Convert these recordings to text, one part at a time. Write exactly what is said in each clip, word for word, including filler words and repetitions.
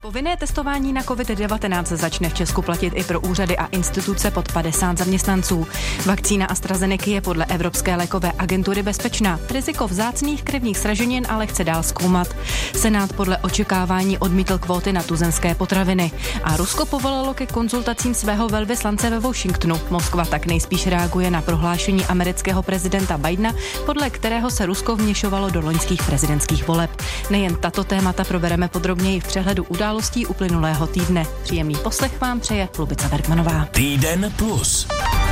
Povinné testování na covid devatenáct začne v Česku platit i pro úřady a instituce pod padesát zaměstnanců. Vakcína AstraZeneca je podle Evropské lékové agentury bezpečná. Riziko vzácných krevních sraženin ale chce dál zkoumat. Senát podle očekávání odmítl kvóty na tuzemské potraviny. A Rusko povolalo ke konzultacím svého velvyslance ve Washingtonu. Moskva tak nejspíš reaguje na prohlášení amerického prezidenta Bidena, podle kterého se Rusko vměšovalo do loňských prezidentských voleb. Nejen tato témata probereme podrobněji v přehledu událostí uplynulého týdne. Příjemný poslech vám přeje Lubica Bergmanová. Týden plus.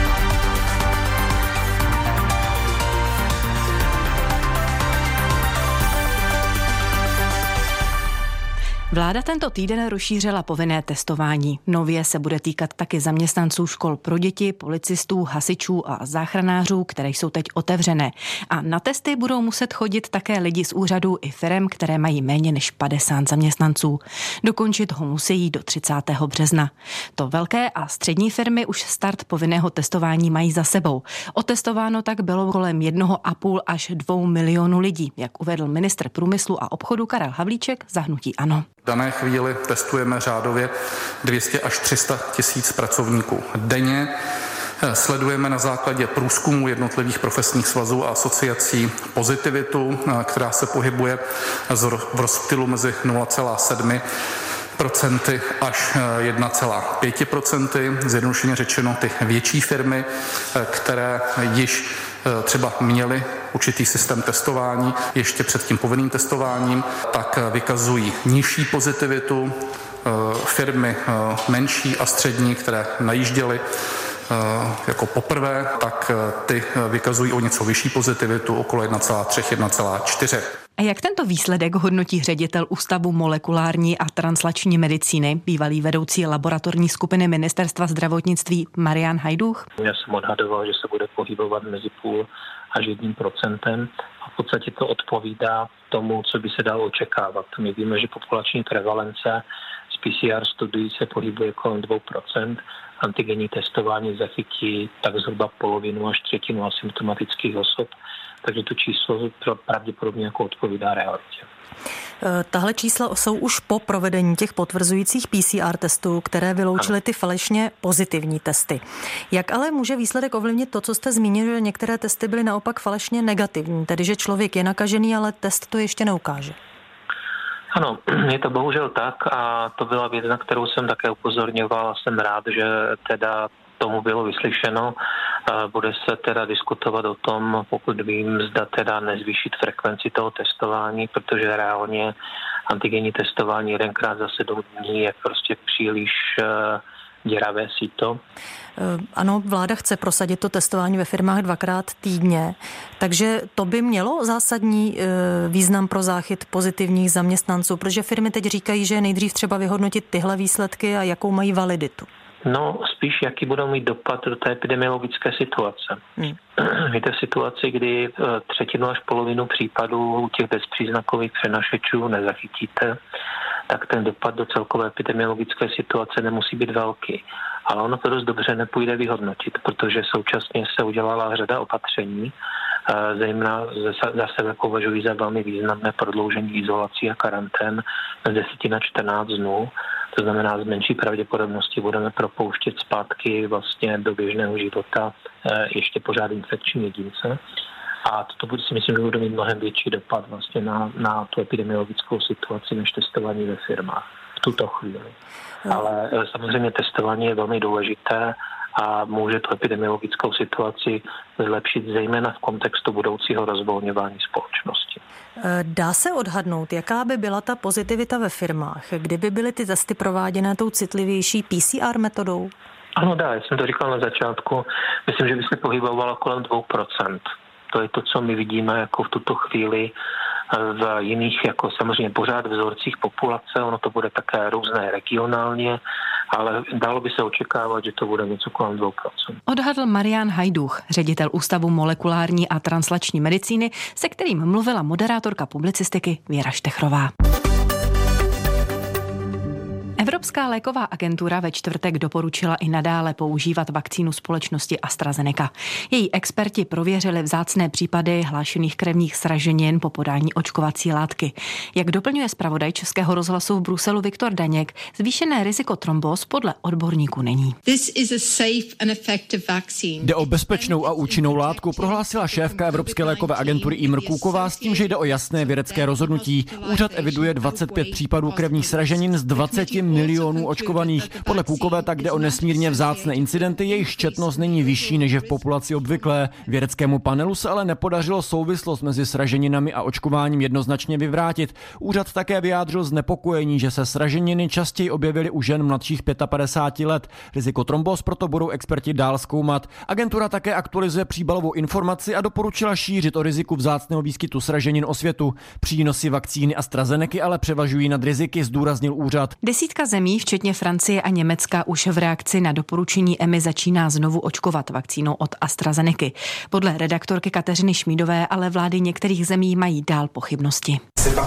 Vláda tento týden rozšířila povinné testování. Nově se bude týkat taky zaměstnanců škol pro děti, policistů, hasičů a záchranářů, které jsou teď otevřené. A na testy budou muset chodit také lidi z úřadů i firem, které mají méně než padesát zaměstnanců. Dokončit ho musí do třicátého března. To velké a střední firmy už start povinného testování mají za sebou. Otestováno tak bylo kolem jednoho a půl až dvou milionů lidí, jak uvedl ministr průmyslu a obchodu Karel Havlíček za hnutí ANO. V dané chvíli testujeme řádově dvě stě až tři sta tisíc pracovníků denně. Sledujeme na základě průzkumu jednotlivých profesních svazů a asociací pozitivitu, která se pohybuje v rozptylu mezi nula celá sedm procenty až jedna celá pět procenta. Zjednodušeně řečeno ty větší firmy, které již třeba měli určitý systém testování ještě před tím povinným testováním, tak vykazují nižší pozitivitu. Firmy menší a střední, které najížděly jako poprvé, tak ty vykazují o něco vyšší pozitivitu, okolo jedna celá tři, jedna celá čtyři. A jak tento výsledek hodnotí ředitel Ústavu molekulární a translační medicíny, bývalý vedoucí laboratorní skupiny Ministerstva zdravotnictví Marián Hajdúch? Já jsem odhadoval, že se bude pohybovat mezi půl až jedním procentem a v podstatě to odpovídá tomu, co by se dalo očekávat. My víme, že populační prevalence z P C R studií se pohybuje kolem dvou procent. Antigenní testování zachytí tak zhruba polovinu až třetinu asymptomatických osob, takže to číslo pravděpodobně jako odpovídá realitě. Tahle čísla jsou už po provedení těch potvrzujících P C R testů, které vyloučily ty falešně pozitivní testy. Jak ale může výsledek ovlivnit to, co jste zmínil, že některé testy byly naopak falešně negativní, tedy že člověk je nakažený, ale test to ještě neukáže? Ano, je to bohužel tak a to byla věc, na kterou jsem také upozorňoval a jsem rád, že teda tomu bylo vyslyšeno. Bude se teda diskutovat o tom, pokud vím, zda teda nezvýšit frekvenci toho testování, protože reálně antigenní testování jedenkrát za sedm dní je prostě příliš děravé síto. Ano, vláda chce prosadit to testování ve firmách dvakrát týdně, takže to by mělo zásadní význam pro záchyt pozitivních zaměstnanců, protože firmy teď říkají, že nejdřív třeba vyhodnotit tyhle výsledky a jakou mají validitu. No, spíš jaký budou mít dopad do té epidemiologické situace. Hmm. Víte, v situaci, kdy třetinu až polovinu případů u těch bezpříznakových přenašečů nezachytíte, tak ten dopad do celkové epidemiologické situace nemusí být velký. Ale ono to dost dobře nepůjde vyhodnotit, protože současně se udělala řada opatření, zejména za sebe považují za velmi významné prodloužení izolací a karantén z deseti na čtrnáct dnů. To znamená, z menší pravděpodobnosti budeme propouštět zpátky vlastně do běžného života ještě pořád infekční jedince. A to si myslím, že bude mít mnohem větší dopad vlastně na, na tu epidemiologickou situaci než testování ve firmách v tuto chvíli. Ale samozřejmě testování je velmi důležité a může tu epidemiologickou situaci zlepšit zejména v kontextu budoucího rozvolňování společnosti. Dá se odhadnout, jaká by byla ta pozitivita ve firmách, kdyby byly ty testy prováděné tou citlivější P C R metodou? Ano, dá, já jsem to říkal na začátku. Myslím, že by se pohybovalo kolem dvou procent. To je to, co my vidíme jako v tuto chvíli v jiných, jako samozřejmě pořád vzorcích populace, ono to bude také různé regionálně, ale dalo by se očekávat, že to bude něco kolem dvou procent. Odhadl Marián Hajdúch, ředitel Ústavu molekulární a translační medicíny, se kterým mluvila moderátorka publicistiky Věra Štechrová. Evropská léková agentura ve čtvrtek doporučila i nadále používat vakcínu společnosti AstraZeneca. Její experti prověřili vzácné případy hlášených krevních sraženin po podání očkovací látky. Jak doplňuje zpravodaj Českého rozhlasu v Bruselu Viktor Daněk, zvýšené riziko trombóz podle odborníků není. Jde o bezpečnou a účinnou látku, prohlásila šéfka Evropské lékové agentury Imre Kuková s tím, že jde o jasné vědecké rozhodnutí. Úřad eviduje dvacet pět případů krevních sraženin z dvaceti milionů očkovaných. Podle Kukové tak jde o nesmírně vzácné incidenty, jejich četnost není vyšší než je v populaci obvyklé. Vědeckému panelu se ale nepodařilo souvislost mezi sraženinami a očkováním jednoznačně vyvrátit. Úřad také vyjádřil znepokojení, že se sraženiny častěji objevily u žen mladších padesát pět let. Riziko trombóz proto budou experti dál zkoumat. Agentura také aktualizuje příbalovou informaci a doporučila šířit o riziku vzácného výskytu sraženin osvětu. Přínosy vakcíny AstraZeneca ale převažují nad riziky, zdůraznil úřad. Desítka zemí, včetně Francie a Německa, už v reakci na doporučení E M I začíná znovu očkovat vakcínou od AstraZeneca. Podle redaktorky Kateřiny Šmídové ale vlády některých zemí mají dál pochybnosti.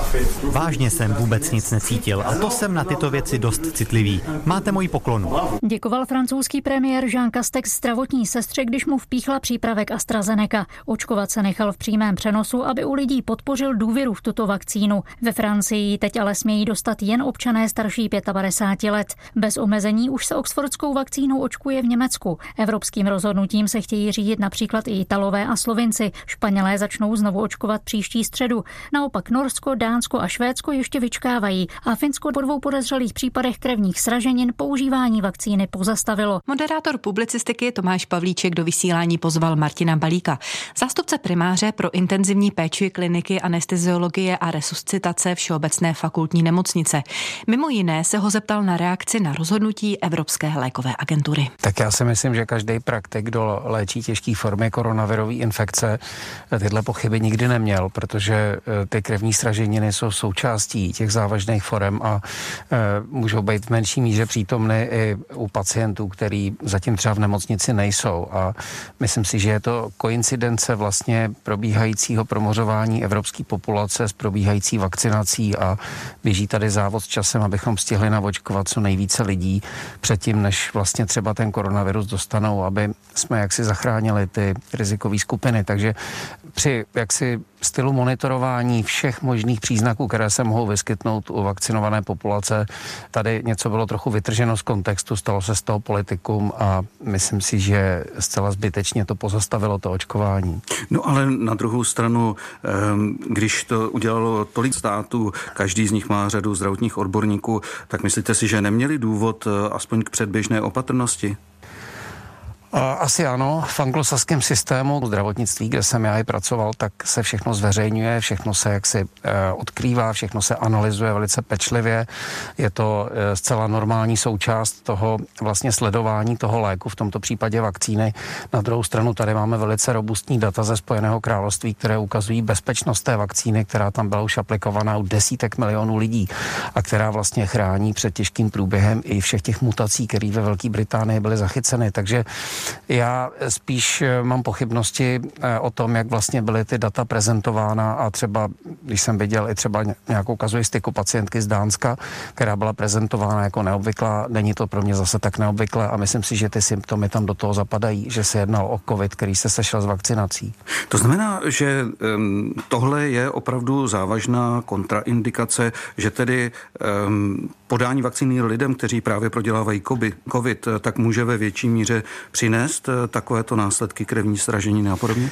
Vážně jsem vůbec nic necítil a to jsem na tyto věci dost citlivý. Máte moji poklonu. Děkoval francouzský premiér Jean Castex zdravotní sestře, když mu vpíchla přípravek AstraZeneca. Očkovat se nechal v přímém přenosu, aby u lidí podpořil důvěru v tuto vakcínu. Ve Francii teď ale smějí dostat jen občané starší padesát pět let. Bez omezení už se oxfordskou vakcínou očkuje v Německu. Evropským rozhodnutím se chtějí řídit například i Italové a Slovinci. Španělé začnou znovu očkovat příští středu. Naopak Norsko, Dánsko a Švédsko ještě vyčkávají a Finsko po dvou podezřelých případech krevních sraženin používání vakcíny pozastavilo. Moderátor publicistiky Tomáš Pavlíček do vysílání pozval Martina Balíka, zástupce primáře pro intenzivní péči kliniky anesteziologie a resuscitace Všeobecné fakultní nemocnice. Mimo jiné se ho zeptal na reakci na rozhodnutí Evropské lékové agentury. Tak já si myslím, že každý praktik, kdo léčí těžké formy koronavirové infekce, tyhle pochyby nikdy neměl, protože ty krevní sraženiny jsou součástí těch závažných forem a e, můžou být v menší míře přítomny i u pacientů, který zatím třeba v nemocnici nejsou. A myslím si, že je to koincidence vlastně probíhajícího promořování evropské populace s probíhající vakcinací a běží tady závod s časem, abychom stihli navočkovat co nejvíce lidí předtím, než vlastně třeba ten koronavirus dostanou, aby jsme jaksi zachránili ty rizikové skupiny. Takže při jaksi stylu monitorování všech možných příznaků, které se mohou vyskytnout u vakcinované populace, tady něco bylo trochu vytrženo z kontextu, stalo se z toho politikum a myslím si, že zcela zbytečně to pozastavilo to očkování. No ale na druhou stranu, když to udělalo tolik států, každý z nich má řadu zdravotních odborníků, tak myslíte si, že neměli důvod aspoň k předběžné opatrnosti? Asi ano. V anglosaském systému zdravotnictví, kde jsem já i pracoval, tak se všechno zveřejňuje, všechno se jaksi odkrývá, všechno se analyzuje velice pečlivě. Je to zcela normální součást toho vlastně sledování toho léku, v tomto případě vakcíny. Na druhou stranu tady máme velice robustní data ze Spojeného království, které ukazují bezpečnost té vakcíny, která tam byla už aplikovaná u desítek milionů lidí a která vlastně chrání před těžkým průběhem i všech těch mutací, které ve Velké Británii byly zachyceny. Takže já spíš mám pochybnosti o tom, jak vlastně byly ty data prezentována a třeba, když jsem viděl i třeba nějakou kazuistiku pacientky z Dánska, která byla prezentována jako neobvyklá, není to pro mě zase tak neobvyklé a myslím si, že ty symptomy tam do toho zapadají, že se jednalo o covid, který se sešel s vakcinací. To znamená, že um, tohle je opravdu závažná kontraindikace, že tedy um, podání vakcíny lidem, kteří právě prodělávají covid, tak může ve větší míře přinést takovéto následky krevní sraženiny a podobně?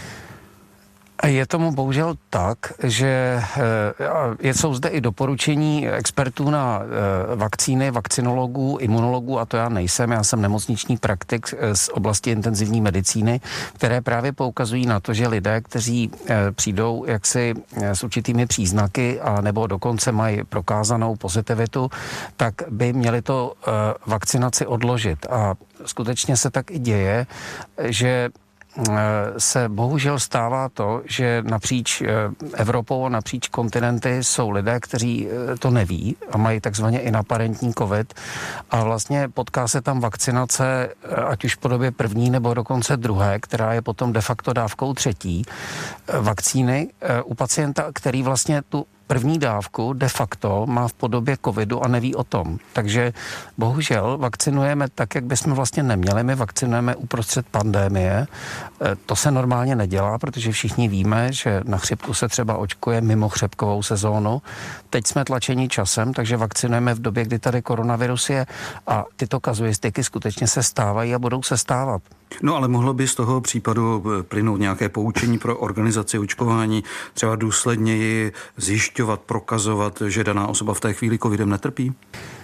Je tomu bohužel tak, že je, jsou zde i doporučení expertů na vakcíny, vakcinologů, imunologů, a to já nejsem, já jsem nemocniční praktik z oblasti intenzivní medicíny, které právě poukazují na to, že lidé, kteří přijdou jaksi s určitými příznaky a nebo dokonce mají prokázanou pozitivitu, tak by měli to vakcinaci odložit. A skutečně se tak i děje, že se bohužel stává to, že napříč Evropou a napříč kontinenty jsou lidé, kteří to neví a mají takzvaně inaparentní covid a vlastně potká se tam vakcinace, ať už v podobě první nebo dokonce druhé, která je potom de facto dávkou třetí vakcíny u pacienta, který vlastně tu první dávku de facto má v podobě covidu a neví o tom. Takže bohužel vakcinujeme tak, jak bychom vlastně neměli. My vakcinujeme uprostřed pandemie. To se normálně nedělá, protože všichni víme, že na chřipku se třeba očkuje mimo chřipkovou sezónu. Teď jsme tlačeni časem, takže vakcinujeme v době, kdy tady koronavirus je a tyto kazuistiky skutečně se stávají a budou se stávat. No ale mohlo by z toho případu plynout nějaké poučení pro organizaci očkování, třeba důsledněji zjišťovat, prokazovat, že daná osoba v té chvíli covidem netrpí?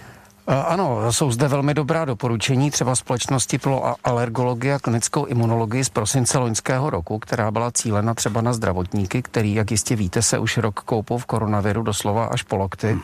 Ano, jsou zde velmi dobrá doporučení třeba společnosti pro alergologii a klinickou imunologii z prosince loňského roku, která byla cílena třeba na zdravotníky, který, jak jistě víte, se už rok koupou v koronaviru doslova až po lokty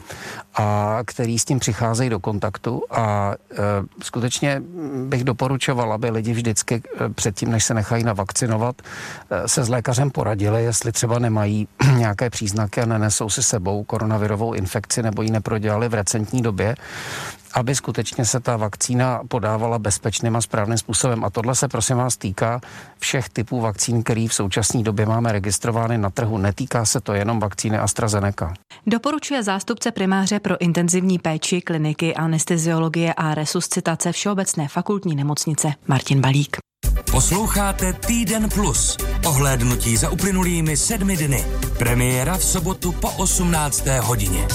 a který s tím přicházejí do kontaktu a e, skutečně bych doporučoval, aby lidi vždycky e, předtím, než se nechají navakcinovat, e, se s lékařem poradili, jestli třeba nemají nějaké příznaky a nenesou si sebou koronavirovou infekci nebo ji neprodělali v recentní době, aby skutečně se ta vakcína podávala bezpečným a správným způsobem. A tohle se prosím vás týká všech typů vakcín, který v současné době máme registrovány na trhu. Netýká se to jenom vakcíny AstraZeneca. Doporučuje zástupce primáře pro intenzivní péči kliniky anesteziologie a resuscitace Všeobecné fakultní nemocnice Martin Balík. Posloucháte Týden plus. Ohlédnutí za uplynulými sedmi dny. Premiéra v sobotu po osmnácté hodině.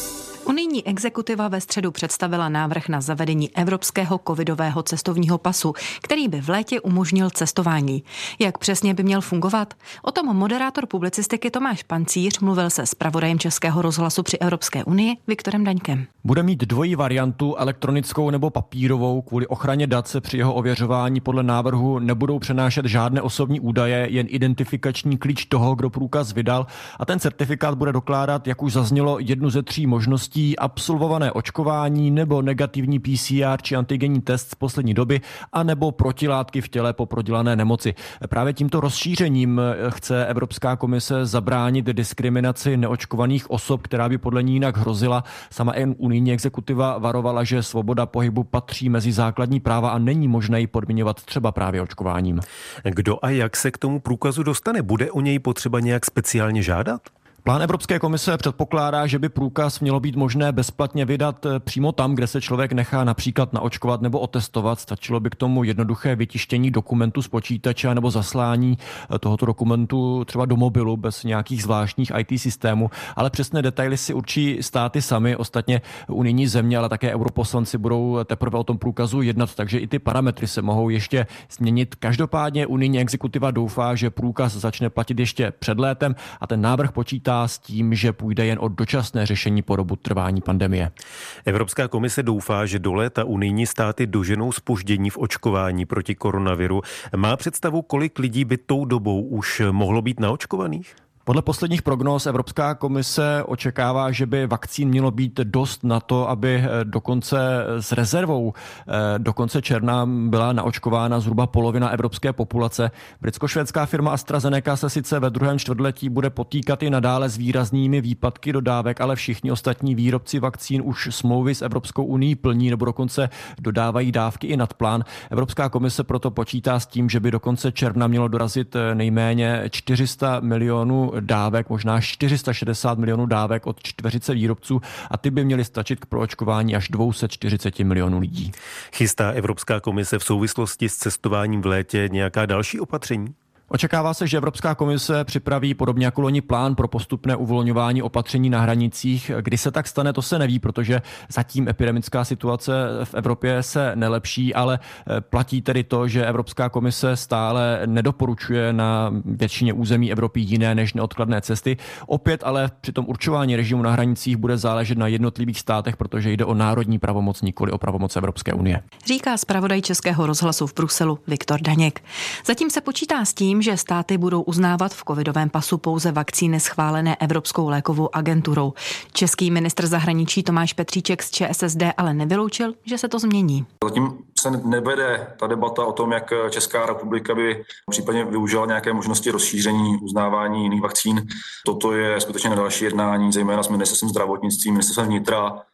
Unijní exekutiva ve středu představila návrh na zavedení evropského covidového cestovního pasu, který by v létě umožnil cestování. Jak přesně by měl fungovat? O tom moderátor publicistiky Tomáš Pancíř mluvil se zpravodajem Českého rozhlasu při Evropské unii Viktorem Daňkem. Bude mít dvojí variantu, elektronickou nebo papírovou. Kvůli ochraně dat se při jeho ověřování podle návrhu nebudou přenášet žádné osobní údaje, jen identifikační klíč toho, kdo průkaz vydal, a ten certifikát bude dokládat, jak už zaznělo, jednu ze tří možností: absolvované očkování nebo negativní P C R či antigenní test z poslední doby a nebo protilátky v těle po prodělané nemoci. Právě tímto rozšířením chce Evropská komise zabránit diskriminaci neočkovaných osob, která by podle ní jinak hrozila. Sama unijní exekutiva varovala, že svoboda pohybu patří mezi základní práva a není možné ji podmiňovat třeba právě očkováním. Kdo a jak se k tomu průkazu dostane? Bude o něj potřeba nějak speciálně žádat? Plán Evropské komise předpokládá, že by průkaz mělo být možné bezplatně vydat přímo tam, kde se člověk nechá například naočkovat nebo otestovat. Stačilo by k tomu jednoduché vytištění dokumentu z počítače nebo zaslání tohoto dokumentu třeba do mobilu bez nějakých zvláštních í té systémů, ale přesné detaily si určí státy sami. Ostatně unijní země, ale také europoslanci budou teprve o tom průkazu jednat, takže i ty parametry se mohou ještě změnit. Každopádně unijní exekutiva doufá, že průkaz začne platit ještě před létem a ten návrh počítá s tím, že půjde jen o dočasné řešení po dobu trvání pandemie. Evropská komise doufá, že do léta unijní státy doženou zpoždění v očkování proti koronaviru. Má představu, kolik lidí by tou dobou už mohlo být naočkovaných? Podle posledních prognóz Evropská komise očekává, že by vakcín mělo být dost na to, aby dokonce s rezervou do konce června byla naočkována zhruba polovina evropské populace. Britsko-švédská firma AstraZeneca se sice ve druhém čtvrtletí bude potýkat i nadále s výraznými výpadky dodávek, ale všichni ostatní výrobci vakcín už smlouvy s Evropskou unií plní nebo dokonce dodávají dávky i nad plán. Evropská komise proto počítá s tím, že by do konce června mělo dorazit nejméně čtyři sta milionů dávek, možná čtyři sta šedesát milionů dávek od čtveřice výrobců a ty by měly stačit k proočkování až dvě stě čtyřicet milionů lidí. Chystá Evropská komise v souvislosti s cestováním v létě nějaká další opatření? Očekává se, že Evropská komise připraví podobně jako loni plán pro postupné uvolňování opatření na hranicích. Kdy se tak stane, to se neví, protože zatím epidemická situace v Evropě se nelepší, ale platí tedy to, že Evropská komise stále nedoporučuje na většině území Evropy jiné než neodkladné cesty. Opět ale při tom určování režimu na hranicích bude záležet na jednotlivých státech, protože jde o národní pravomoc, nikoli o pravomoc Evropské unie. Říká zpravodaj Českého rozhlasu v Bruselu Viktor Daněk. Zatím se počítá s tím, že státy budou uznávat v covidovém pasu pouze vakcíny schválené Evropskou lékovou agenturou. Český ministr zahraničí Tomáš Petříček z ČSSD ale nevyloučil, že se to změní. Zatím se nevede ta debata o tom, jak Česká republika by případně využila nějaké možnosti rozšíření uznávání jiných vakcín. Toto je skutečně na další jednání, zejména s ministerstvem zdravotnictví, ministerstvem vnitra.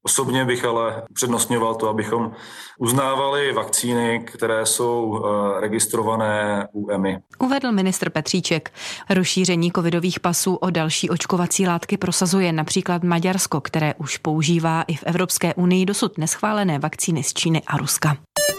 Osobně bych ale přednostňoval to, abychom uznávali vakcíny, které jsou registrované u E M A. Uvedl ministr Petříček. Rozšíření covidových pasů o další očkovací látky prosazuje například Maďarsko, které už používá i v Evropské unii dosud neschválené vakcíny z Číny a Ruska.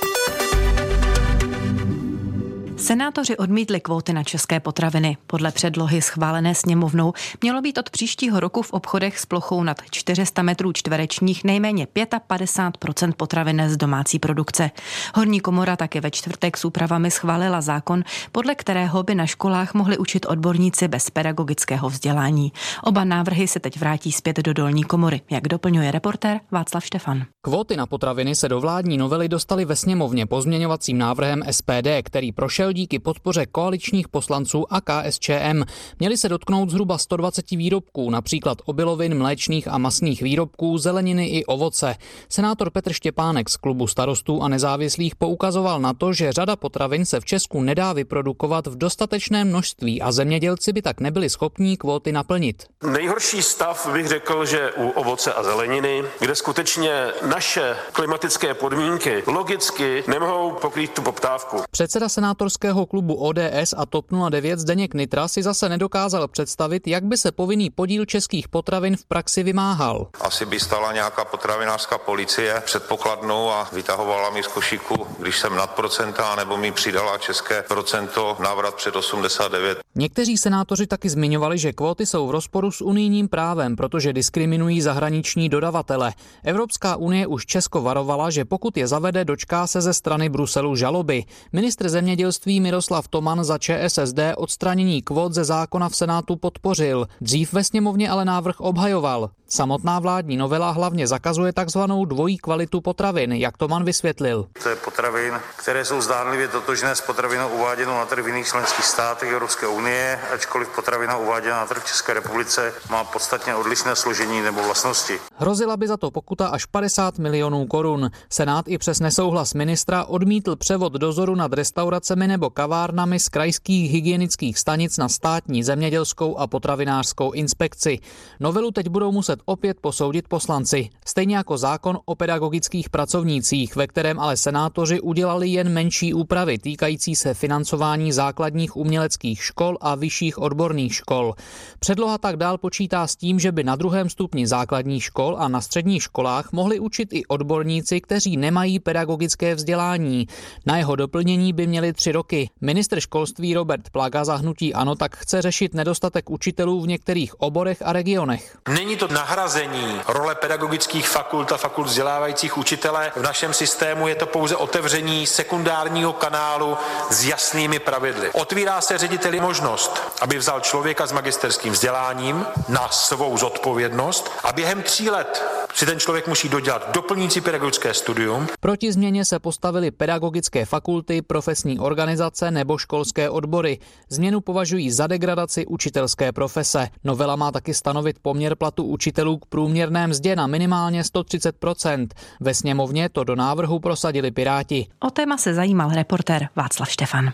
Senátoři odmítli kvóty na české potraviny. Podle předlohy schválené sněmovnou mělo být od příštího roku v obchodech s plochou nad čtyři sta metrů čtverečních nejméně padesát pět procent potravin z domácí produkce. Horní komora také ve čtvrtek s úpravami schválila zákon, podle kterého by na školách mohli učit odborníci bez pedagogického vzdělání. Oba návrhy se teď vrátí zpět do dolní komory, jak doplňuje reportér Václav Štefan. Kvóty na potraviny se do vládní novely dostaly ve sněmovně pozměňovacím návrhem S P D, který prošel díky podpoře koaličních poslanců a K S Č M. Měly se dotknout zhruba sto dvacet výrobků, například obilovin, mléčných a masných výrobků, zeleniny i ovoce. Senátor Petr Štěpánek z klubu Starostů a nezávislých poukazoval na to, že řada potravin se v Česku nedá vyprodukovat v dostatečném množství a zemědělci by tak nebyli schopní kvóty naplnit. Nejhorší stav bych řekl, že u ovoce a zeleniny, kde skutečně naše klimatické podmínky logicky nemohou pokrýt tu poptávku. Předseda senátorského klubu O D S a T O P nula devět Zdeněk Nytra si zase nedokázal představit, jak by se povinný podíl českých potravin v praxi vymáhal. Asi by stala nějaká potravinářská policie před pokladnou a vytahovala mi z košíku, když jsem nad procenta, nebo mi přidala české procento návrat před osmdesát devět. Někteří senátoři taky zmiňovali, že kvóty jsou v rozporu s unijním právem, protože diskriminují zahraniční dodavatele. Evropská unie už Česko varovala, že pokud je zavede, dočká se ze strany Bruselu žaloby. Ministr zemědělství Miroslav Toman za Č S S D odstranění kvót ze zákona v Senátu podpořil. Dřív ve sněmovně ale návrh obhajoval. Samotná vládní novela hlavně zakazuje takzvanou dvojí kvalitu potravin, jak Toman vysvětlil. To je potravin, které jsou zdánlivě totožné s potravinou uváděnou na trh v jiných členských státech Evropské unie, ačkoliv potravina uváděná na trh v České republice má podstatně odlišné složení nebo vlastnosti. Hrozila by za to pokuta až padesát milionů korun. Senát i přes nesouhlas ministra odmítl převod dozoru nad restauracemi nebo kavárnami z krajských hygienických stanic na státní zemědělskou a potravinářskou inspekci. Novelu teď budou muset opět posoudit poslanci. Stejně jako zákon o pedagogických pracovnících, ve kterém ale senátoři udělali jen menší úpravy týkající se financování základních uměleckých škol a vyšších odborných škol. Předloha tak dál počítá s tím, že by na druhém stupni základních škol a na středních školách mohli učit i odborníci, kteří nemají pedagogické vzdělání. Na jeho doplnění by měli tři roky. Ministr školství Robert Plaga za hnutí ANO tak chce řešit nedostatek učitelů v některých oborech a regionech. Není to nahrazení role pedagogických fakult a fakult vzdělávajících učitele. V našem systému je to pouze otevření sekundárního kanálu s jasnými pravidly. Otvírá se řediteli možnost, aby vzal člověka s magisterským vzděláním na svou zodpovědnost a během tří let si ten člověk musí dodělat doplňující pedagogické studium. Proti změně se postavily pedagogické fakulty, profesní organizace nebo školské odbory. Změnu považují za degradaci učitelské profese. Novela má taky stanovit poměr platu učitelů k průměrné mzdě na minimálně sto třicet procent. Ve sněmovně to do návrhu prosadili Piráti. O téma se zajímal reportér Václav Štefan.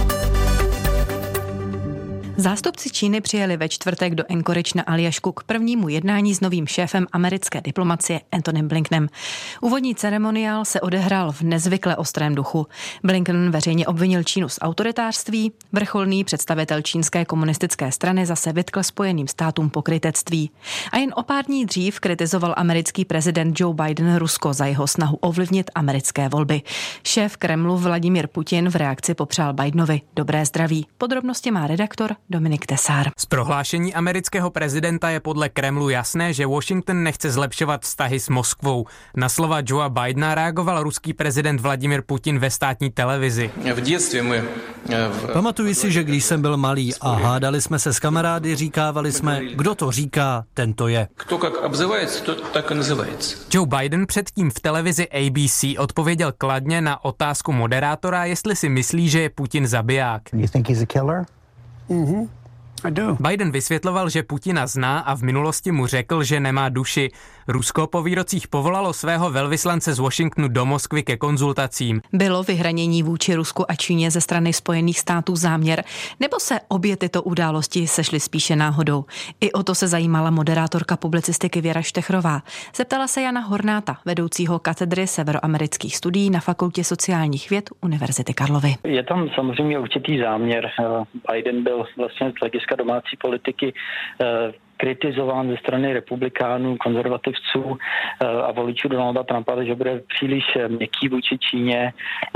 Zástupci Číny přijeli ve čtvrtek do Anchorage na Aljašku k prvnímu jednání s novým šéfem americké diplomacie Antonym Blinkenem. Úvodní ceremoniál se odehrál v nezvykle ostrém duchu. Blinken veřejně obvinil Čínu z autoritářství, vrcholný představitel čínské komunistické strany zase vytkl Spojeným státům pokrytectví. A jen o pár dní dřív kritizoval americký prezident Joe Biden Rusko za jeho snahu ovlivnit americké volby. Šéf Kremlu Vladimír Putin v reakci popřál Bidenovi dobré zdraví. Podrobnosti má redaktor Dominik Tesár. Z prohlášení amerického prezidenta je podle Kremlu jasné, že Washington nechce zlepšovat vztahy s Moskvou. Na slova Joea Bidena reagoval ruský prezident Vladimír Putin ve státní televizi. V dětství my... Pamatuji si, že když jsem byl malý a hádali jsme se s kamarády, říkávali jsme, kdo to říká, ten to je. Kdo jak obzývajíc, to tak nazývajíc. Joe Biden předtím v televizi A B C odpověděl kladně na otázku moderátora, jestli si myslí, že je Putin zabiják. You think he's a killer? Mm-hmm. Biden vysvětloval, že Putina zná a v minulosti mu řekl, že nemá duši. Rusko po výrocích povolalo svého velvyslance z Washingtonu do Moskvy ke konzultacím. Bylo vyhranění vůči Rusku a Číně ze strany Spojených států záměr, nebo se obě tyto události sešly spíše náhodou? I o to se zajímala moderátorka publicistiky Věra Štechrová. Zeptala se Jana Hornáta, vedoucího katedry severoamerických studií na Fakultě sociálních věd Univerzity Karlovy. Je tam samozřejmě určitý záměr. Biden byl vlastně z hlediska domácí politiky kritizován ze strany republikánů, konzervativců a voličů Donalda Trumpa, že bude příliš měkký vůči Číně.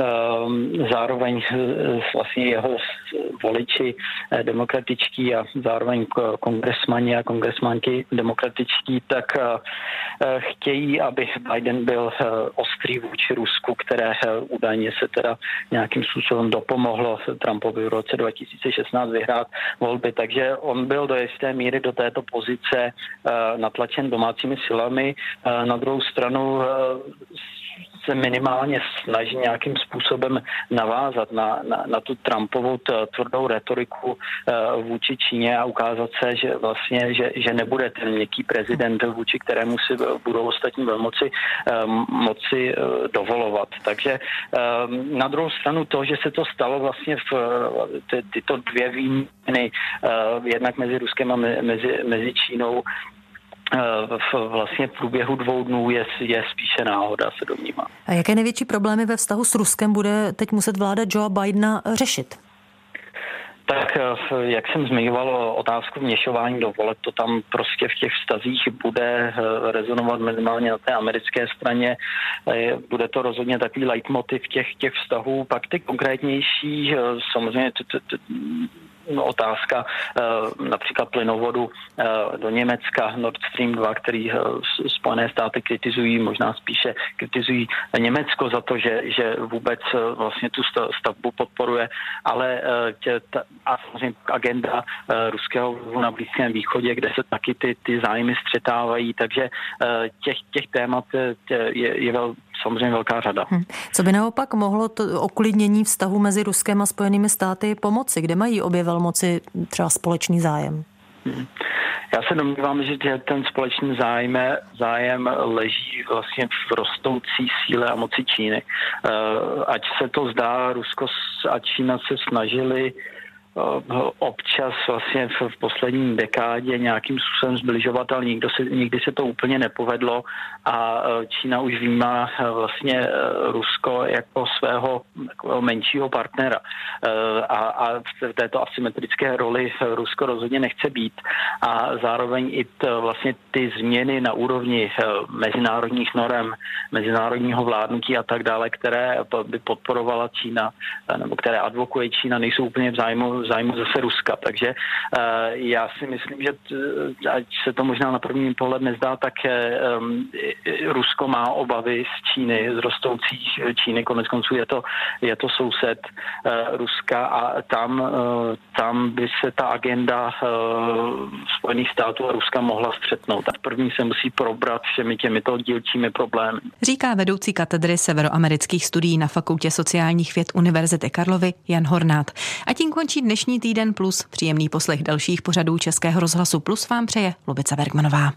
Zároveň vlastně jeho voliči demokratičtí a zároveň kongresmani a kongresmanky demokratičtí, tak chtějí, aby Biden byl ostrý vůči Rusku, které údajně se teda nějakým způsobem dopomohlo Trumpovi v roce dva tisíce šestnáct vyhrát volby. Takže on byl do jisté míry do této pozice natlačen domácími silami. Na druhou stranu se minimálně snaží nějakým způsobem navázat na, na, na tu Trumpovou tvrdou retoriku vůči Číně a ukázat se, že vlastně, že, že nebude ten měkký prezident, vůči kterému si budou ostatní velmoci moci dovolovat. Takže na druhou stranu to, že se to stalo vlastně v ty, tyto dvě výměny, jednak mezi Ruskem a mezi, mezi Čínou, v vlastně v průběhu dvou dnů je, je spíše náhoda, se domnívám. A jaké největší problémy ve vztahu s Ruskem bude teď muset vláda Joea Bidena řešit? Tak, jak jsem zmiňoval otázku vměšování do voleb, to tam prostě v těch vztazích bude rezonovat minimálně na té americké straně. Bude to rozhodně takový leitmotiv těch, těch vztahů. Pak ty konkrétnější, samozřejmě t, t, t, otázka například plynovodu do Německa, Nord Stream dva, který Spojené státy kritizují, možná spíše kritizují Německo za to, že, že vůbec vlastně tu stavbu podporuje, ale tě, ta, a samozřejmě agenda ruského vlivu na Blízkém východě, kde se taky ty, ty zájmy střetávají, takže těch, těch témat je, je vel, samozřejmě velká řada. Hmm. Co by naopak mohlo to oklidnění vztahu mezi Ruskem a Spojenými státy pomoci? Kde mají obě velmoci třeba společný zájem? Hmm. Já se domnívám, že ten společný zájem, zájem leží vlastně v rostoucí síle a moci Číny. Ať se to zdá, Rusko a Čína se snažili občas vlastně v poslední dekádě nějakým způsobem zbližovat, ale nikdo se, nikdy se to úplně nepovedlo a Čína už vnímá vlastně Rusko jako svého jako menšího partnera a, a v této asymetrické roli Rusko rozhodně nechce být a zároveň i t, vlastně ty změny na úrovni mezinárodních norem, mezinárodního vládnutí a tak dále, které by podporovala Čína nebo které advokuje Čína, nejsou úplně v zájmu v zájmu zase Ruska. Takže uh, já si myslím, že t, ať se to možná na první pohled nezdá, tak um, Rusko má obavy z Číny, z rostoucí Číny. Konec konců je to, je to soused uh, Ruska a tam, uh, tam by se ta agenda uh, Spojených států a Ruska mohla střetnout. A první se musí probrat všemi těmito dílčími problémy. Říká vedoucí katedry severoamerických studií na Fakultě sociálních věd Univerzity Karlovy Jan Hornát. A tím končí dnešní Týden plus. Příjemný poslech dalších pořadů Českého rozhlasu Plus vám přeje Lubica Bergmanová.